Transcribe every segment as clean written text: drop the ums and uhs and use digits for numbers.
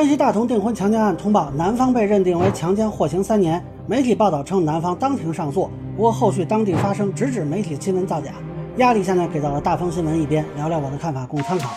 山西大同订婚强奸案通报，男方被认定为强奸，获刑3年。媒体报道称男方当庭上诉，不过后续当地发声直指媒体新闻造假。压力现在给到了大风新闻一边，聊聊我的看法供参考。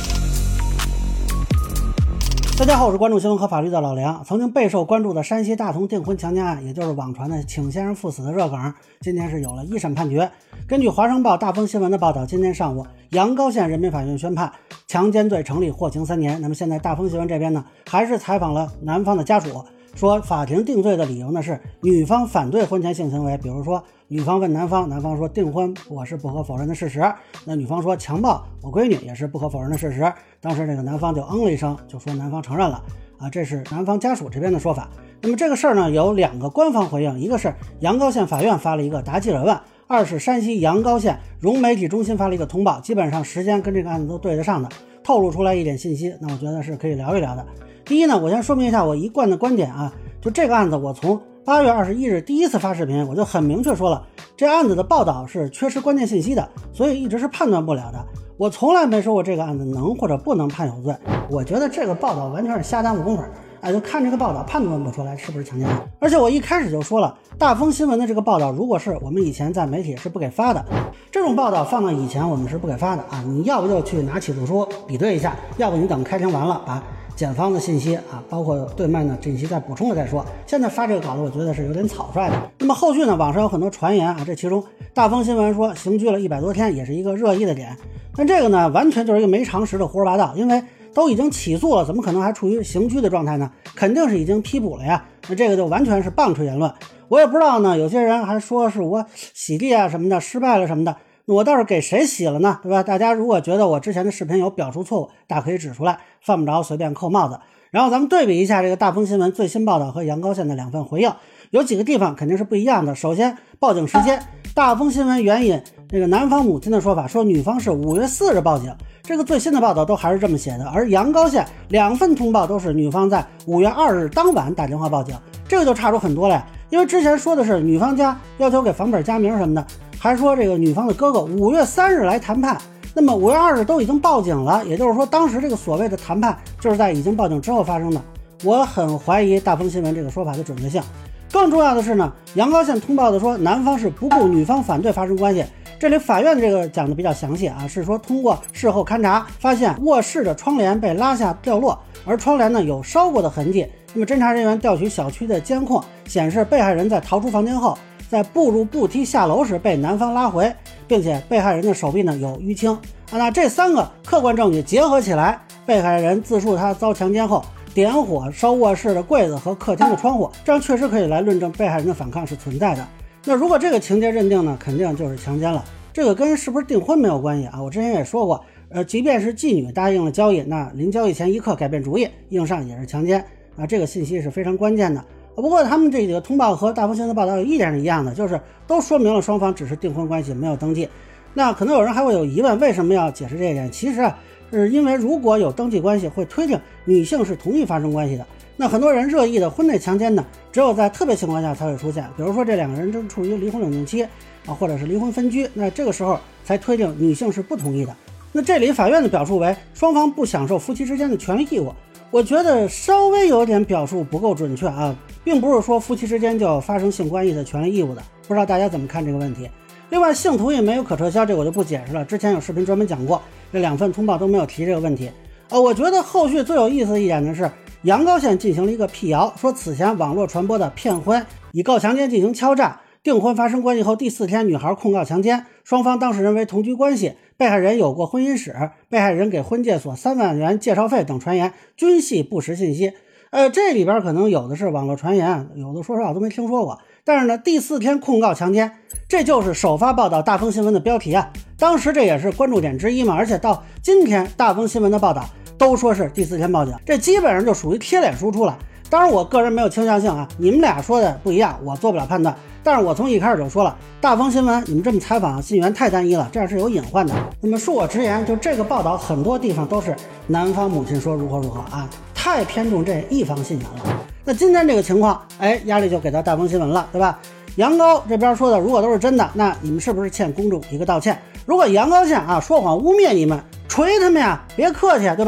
大家好，我是关注新闻和法律的老梁。曾经备受关注的山西大同订婚强奸案，也就是网传的请先生赴死的热梗，今天是有了一审判决。根据华商报、大风新闻的报道，今天上午阳高县人民法院宣判强奸罪成立，获刑3年。那么现在大风新闻这边呢，还是采访了男方的家属，说法庭定罪的理由呢是女方反对婚前性行为，比如说女方问男方，男方说订婚我是不可否认的事实，那女方说强暴我闺女也是不可否认的事实。当时这个男方就了一声，就说男方承认了这是男方家属这边的说法。那么这个事儿呢，有2个官方回应，一个是阳高县法院发了一个答记者问，二是山西阳高县融媒体中心发了一个通报，基本上时间跟这个案子都对得上的，透露出来一点信息，那我觉得是可以聊一聊的。第一呢，我先说明一下我一贯的观点就这个案子我从8月21日第一次发视频我就很明确说了，这案子的报道是缺失关键信息的，所以一直是判断不了的。我从来没说过这个案子能或者不能判有罪，我觉得这个报道完全是瞎耽误功夫就看这个报道判断不出来是不是强奸案。而且我一开始就说了，大风新闻的这个报道如果是我们以前在媒体是不给发的，这种报道放到以前我们是不给发的你要不就去拿起诉书比对一下，要不你等开庭完了把检方的信息包括对面的信息再补充了再说。现在发这个稿子我觉得是有点草率的。那么后续呢，网上有很多传言这其中大风新闻说刑拘了100多天，也是一个热议的点。但这个呢完全就是一个没常识的胡说八道，因为都已经起诉了，怎么可能还处于刑拘的状态呢？肯定是已经批捕了呀。那这个就完全是棒槌言论。我也不知道呢，有些人还说是我洗地什么的失败了什么的，我倒是给谁洗了呢？对吧？大家如果觉得我之前的视频有表述错误，大可以指出来，犯不着随便扣帽子。然后咱们对比一下这个大风新闻最新报道和阳高县的2份回应，有几个地方肯定是不一样的。首先报警时间，大风新闻援引这个男方母亲的说法，说女方是5月4日报警，这个最新的报道都还是这么写的。而阳高县2份通报都是女方在5月2日当晚打电话报警，这个就差出很多了呀。因为之前说的是女方家要求给房本加名什么的，还说这个女方的哥哥5月3日来谈判，那么5月2日都已经报警了，也就是说当时这个所谓的谈判就是在已经报警之后发生的。我很怀疑大风新闻这个说法的准确性。更重要的是呢，阳高县通报的说男方是不顾女方反对发生关系，这里法院这个讲的比较详细是说通过事后勘查发现卧室的窗帘被拉下掉落，而窗帘呢有烧过的痕迹。那么侦查人员调取小区的监控显示，被害人在逃出房间后，在步入步梯下楼时被男方拉回，并且被害人的手臂呢有淤青那这3个客观证据结合起来，被害人自述他遭强奸后点火烧卧室的柜子和客厅的窗户，这样确实可以来论证被害人的反抗是存在的。那如果这个情节认定呢，肯定就是强奸了，这个跟是不是订婚没有关系我之前也说过即便是妓女答应了交易，那临交易前1刻改变主意，硬上也是强奸这个信息是非常关键的。不过他们这个通报和大风新闻的报道有一点是一样的，就是都说明了双方只是订婚关系，没有登记。那可能有人还会有疑问，为什么要解释这一点？其实是因为如果有登记关系，会推定女性是同意发生关系的。那很多人热议的婚内强奸呢，只有在特别情况下才会出现，比如说这2个人正处于离婚冷静期或者是离婚分居，那这个时候才推定女性是不同意的。那这里法院的表述为双方不享受夫妻之间的权利义务，我觉得稍微有点表述不够准确并不是说夫妻之间就要发生性关系的权利义务的，不知道大家怎么看这个问题。另外性同意没有可撤销，这个我就不解释了，之前有视频专门讲过，这2份通报都没有提这个问题我觉得后续最有意思的一点呢是阳高县进行了一个辟谣，说此前网络传播的骗婚以告强奸进行敲诈，订婚发生关系后第4天女孩控告强奸，双方当事人为同居关系，被害人有过婚姻史，被害人给婚介所3万元介绍费等传言均系不实信息这里边可能有的是网络传言，有的说实话都没听说过。但是呢，第4天控告强奸，这就是首发报道大风新闻的标题当时这也是关注点之一嘛。而且到今天大风新闻的报道都说是第4天报警，这基本上就属于贴脸输出了。当然我个人没有倾向性你们俩说的不一样，我做不了判断。但是我从一开始就说了，大风新闻你们这么采访信源太单一了，这样是有隐患的。那么恕我直言，就这个报道很多地方都是男方母亲说如何如何太偏重这一方信源了。那今天这个情况压力就给到大风新闻了，对吧？阳高这边说的如果都是真的，那你们是不是欠公众一个道歉？如果阳高县说谎污蔑你们，锤他们呀，别客气，对吧？就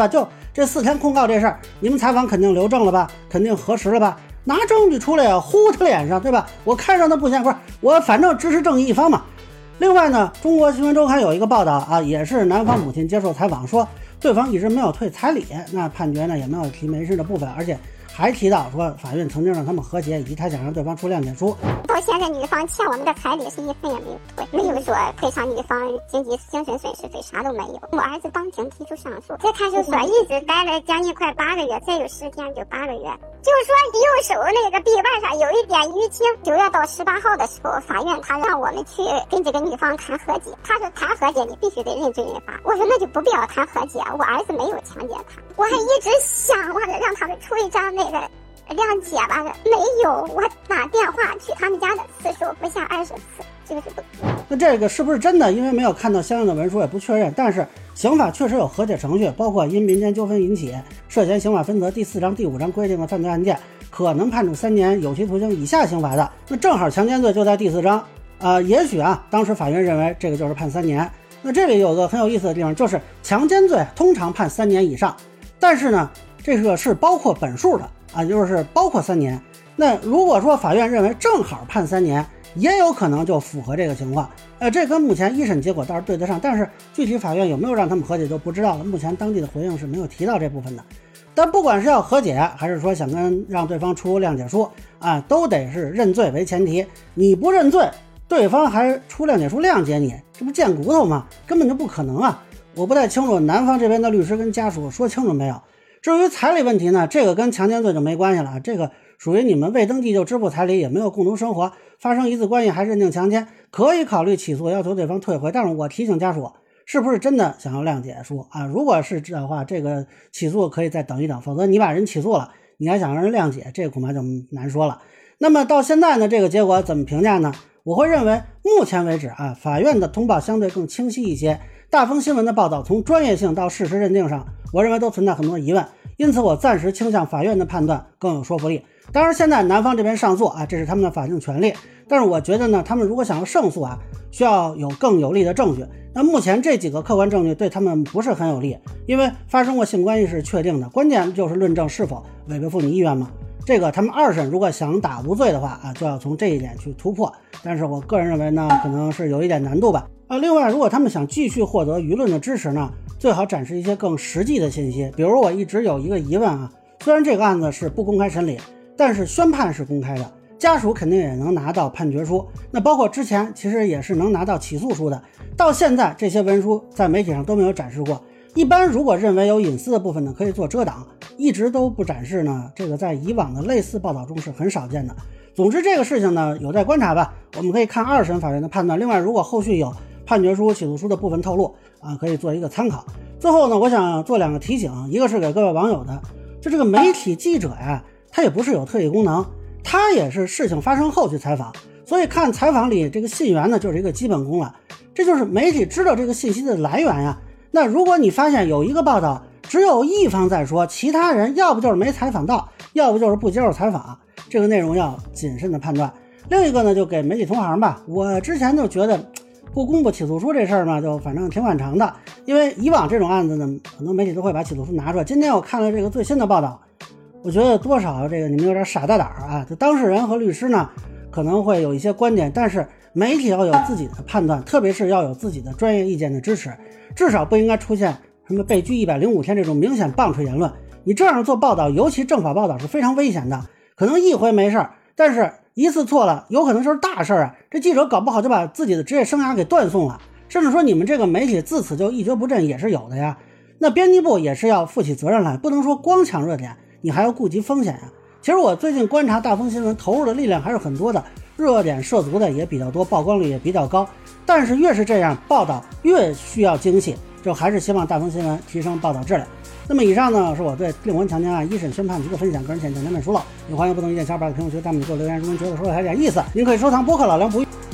这4天控告这事儿，你们采访肯定留证了吧？肯定核实了吧？拿证据出来呀，呼他脸上，对吧？我看上他不行，不是我反正支持正义一方嘛。另外呢，中国新闻周刊有一个报道啊，也是男方母亲接受采访说，对方一直没有退彩礼，那判决呢也没有提民事的部分，而且还提到说法院曾经让他们和解，以及他想让对方出谅解书。 到现在女方欠我们的彩礼是1分也没有退，没有说赔偿女方经济精神损失费，啥都没有。我儿子当庭提出上诉，在看守所一直待了将近快8个月，再有10天就8个月。就是说右手那个臂腕上有一点淤青。9月到18号的时候，法院他让我们去跟这个女方谈和解，他说谈和解你必须得认罪认罚。我说那就不必要谈和解，我儿子没有强奸他。我还一直想我让他们出一张那个谅解吧，没有，我打电话去他们家的次数不下20次，这个是不。 那这个是不是真的？因为没有看到相应的文书，也不确认。但是刑法确实有和解程序，包括因民间纠纷引起涉嫌刑法分则第4章第5章规定的犯罪案件，可能判处3年有期徒刑以下刑罚的。那正好强奸罪就在第4章，也许当时法院认为这个就是判3年。那这里有个很有意思的地方，就是强奸罪通常判3年以上，但是呢，这个是包括本数的就是包括3年。那如果说法院认为正好判3年，也有可能就符合这个情况。这跟目前1审结果倒是对得上，但是具体法院有没有让他们和解就不知道了。目前当地的回应是没有提到这部分的。但不管是要和解，还是说想让对方出谅解书都得是认罪为前提。你不认罪，对方还出谅解书谅解你，这不贱骨头吗？根本就不可能啊！我不太清楚男方这边的律师跟家属说清楚没有。至于彩礼问题呢，这个跟强奸罪就没关系了，这个属于你们未登记就支付彩礼，也没有共同生活，发生一次关系还认定强奸，可以考虑起诉要求对方退回。但是我提醒家属，是不是真的想要谅解书如果是的话，这个起诉可以再等一等，否则你把人起诉了，你还想让人谅解，这个恐怕就难说了。那么到现在呢，这个结果怎么评价呢？我会认为目前为止法院的通报相对更清晰一些，大风新闻的报道从专业性到事实认定上，我认为都存在很多疑问，因此我暂时倾向法院的判断更有说服力。当然现在男方这边上诉这是他们的法定权利，但是我觉得呢，他们如果想要胜诉需要有更有力的证据。那目前这几个客观证据对他们不是很有利，因为发生过性关系是确定的，关键就是论证是否违背妇女意愿嘛。这个他们2审如果想打无罪的话就要从这一点去突破，但是我个人认为呢，可能是有一点难度吧。另外如果他们想继续获得舆论的支持呢，最好展示一些更实际的信息。比如我一直有一个疑问虽然这个案子是不公开审理，但是宣判是公开的，家属肯定也能拿到判决书，那包括之前其实也是能拿到起诉书的，到现在这些文书在媒体上都没有展示过。一般如果认为有隐私的部分呢，可以做遮挡，一直都不展示呢，这个在以往的类似报道中是很少见的。总之这个事情呢有待观察吧，我们可以看2审法院的判断。另外如果后续有判决书起诉书的部分透露可以做一个参考。最后呢，我想做2个提醒，一个是给各位网友的，就这个媒体记者他也不是有特异功能，他也是事情发生后去采访，所以看采访里这个信源呢就是一个基本功了，这就是媒体知道这个信息的来源那如果你发现有一个报道只有一方在说，其他人要不就是没采访到，要不就是不接受采访，这个内容要谨慎的判断。另一个呢，就给媒体同行吧，我之前就觉得不公布起诉书这事儿嘛，就反正挺反常的，因为以往这种案子呢，很多媒体都会把起诉书拿出来。今天我看了这个最新的报道，我觉得多少这个你们有点傻大胆就当事人和律师呢可能会有一些观点，但是媒体要有自己的判断，特别是要有自己的专业意见的支持，至少不应该出现什么被拘105天这种明显棒槌言论。你这样做报道，尤其政法报道是非常危险的，可能一回没事但是一次错了有可能是大事这记者搞不好就把自己的职业生涯给断送了，甚至说你们这个媒体自此就一蹶不振也是有的呀。那编辑部也是要负起责任来，不能说光抢热点，你还要顾及风险其实我最近观察大风新闻投入的力量还是很多的，热点涉足的也比较多，曝光率也比较高，但是越是这样报道越需要精细，就还是希望大风新闻提升报道质量。那么以上呢是我对令文强奸案1审宣判局的分享，个人浅见难免疏漏，有欢迎不同意见小伙伴在评论区弹幕给我留言，如果您觉得说的还有点意思，您可以收藏播客老梁不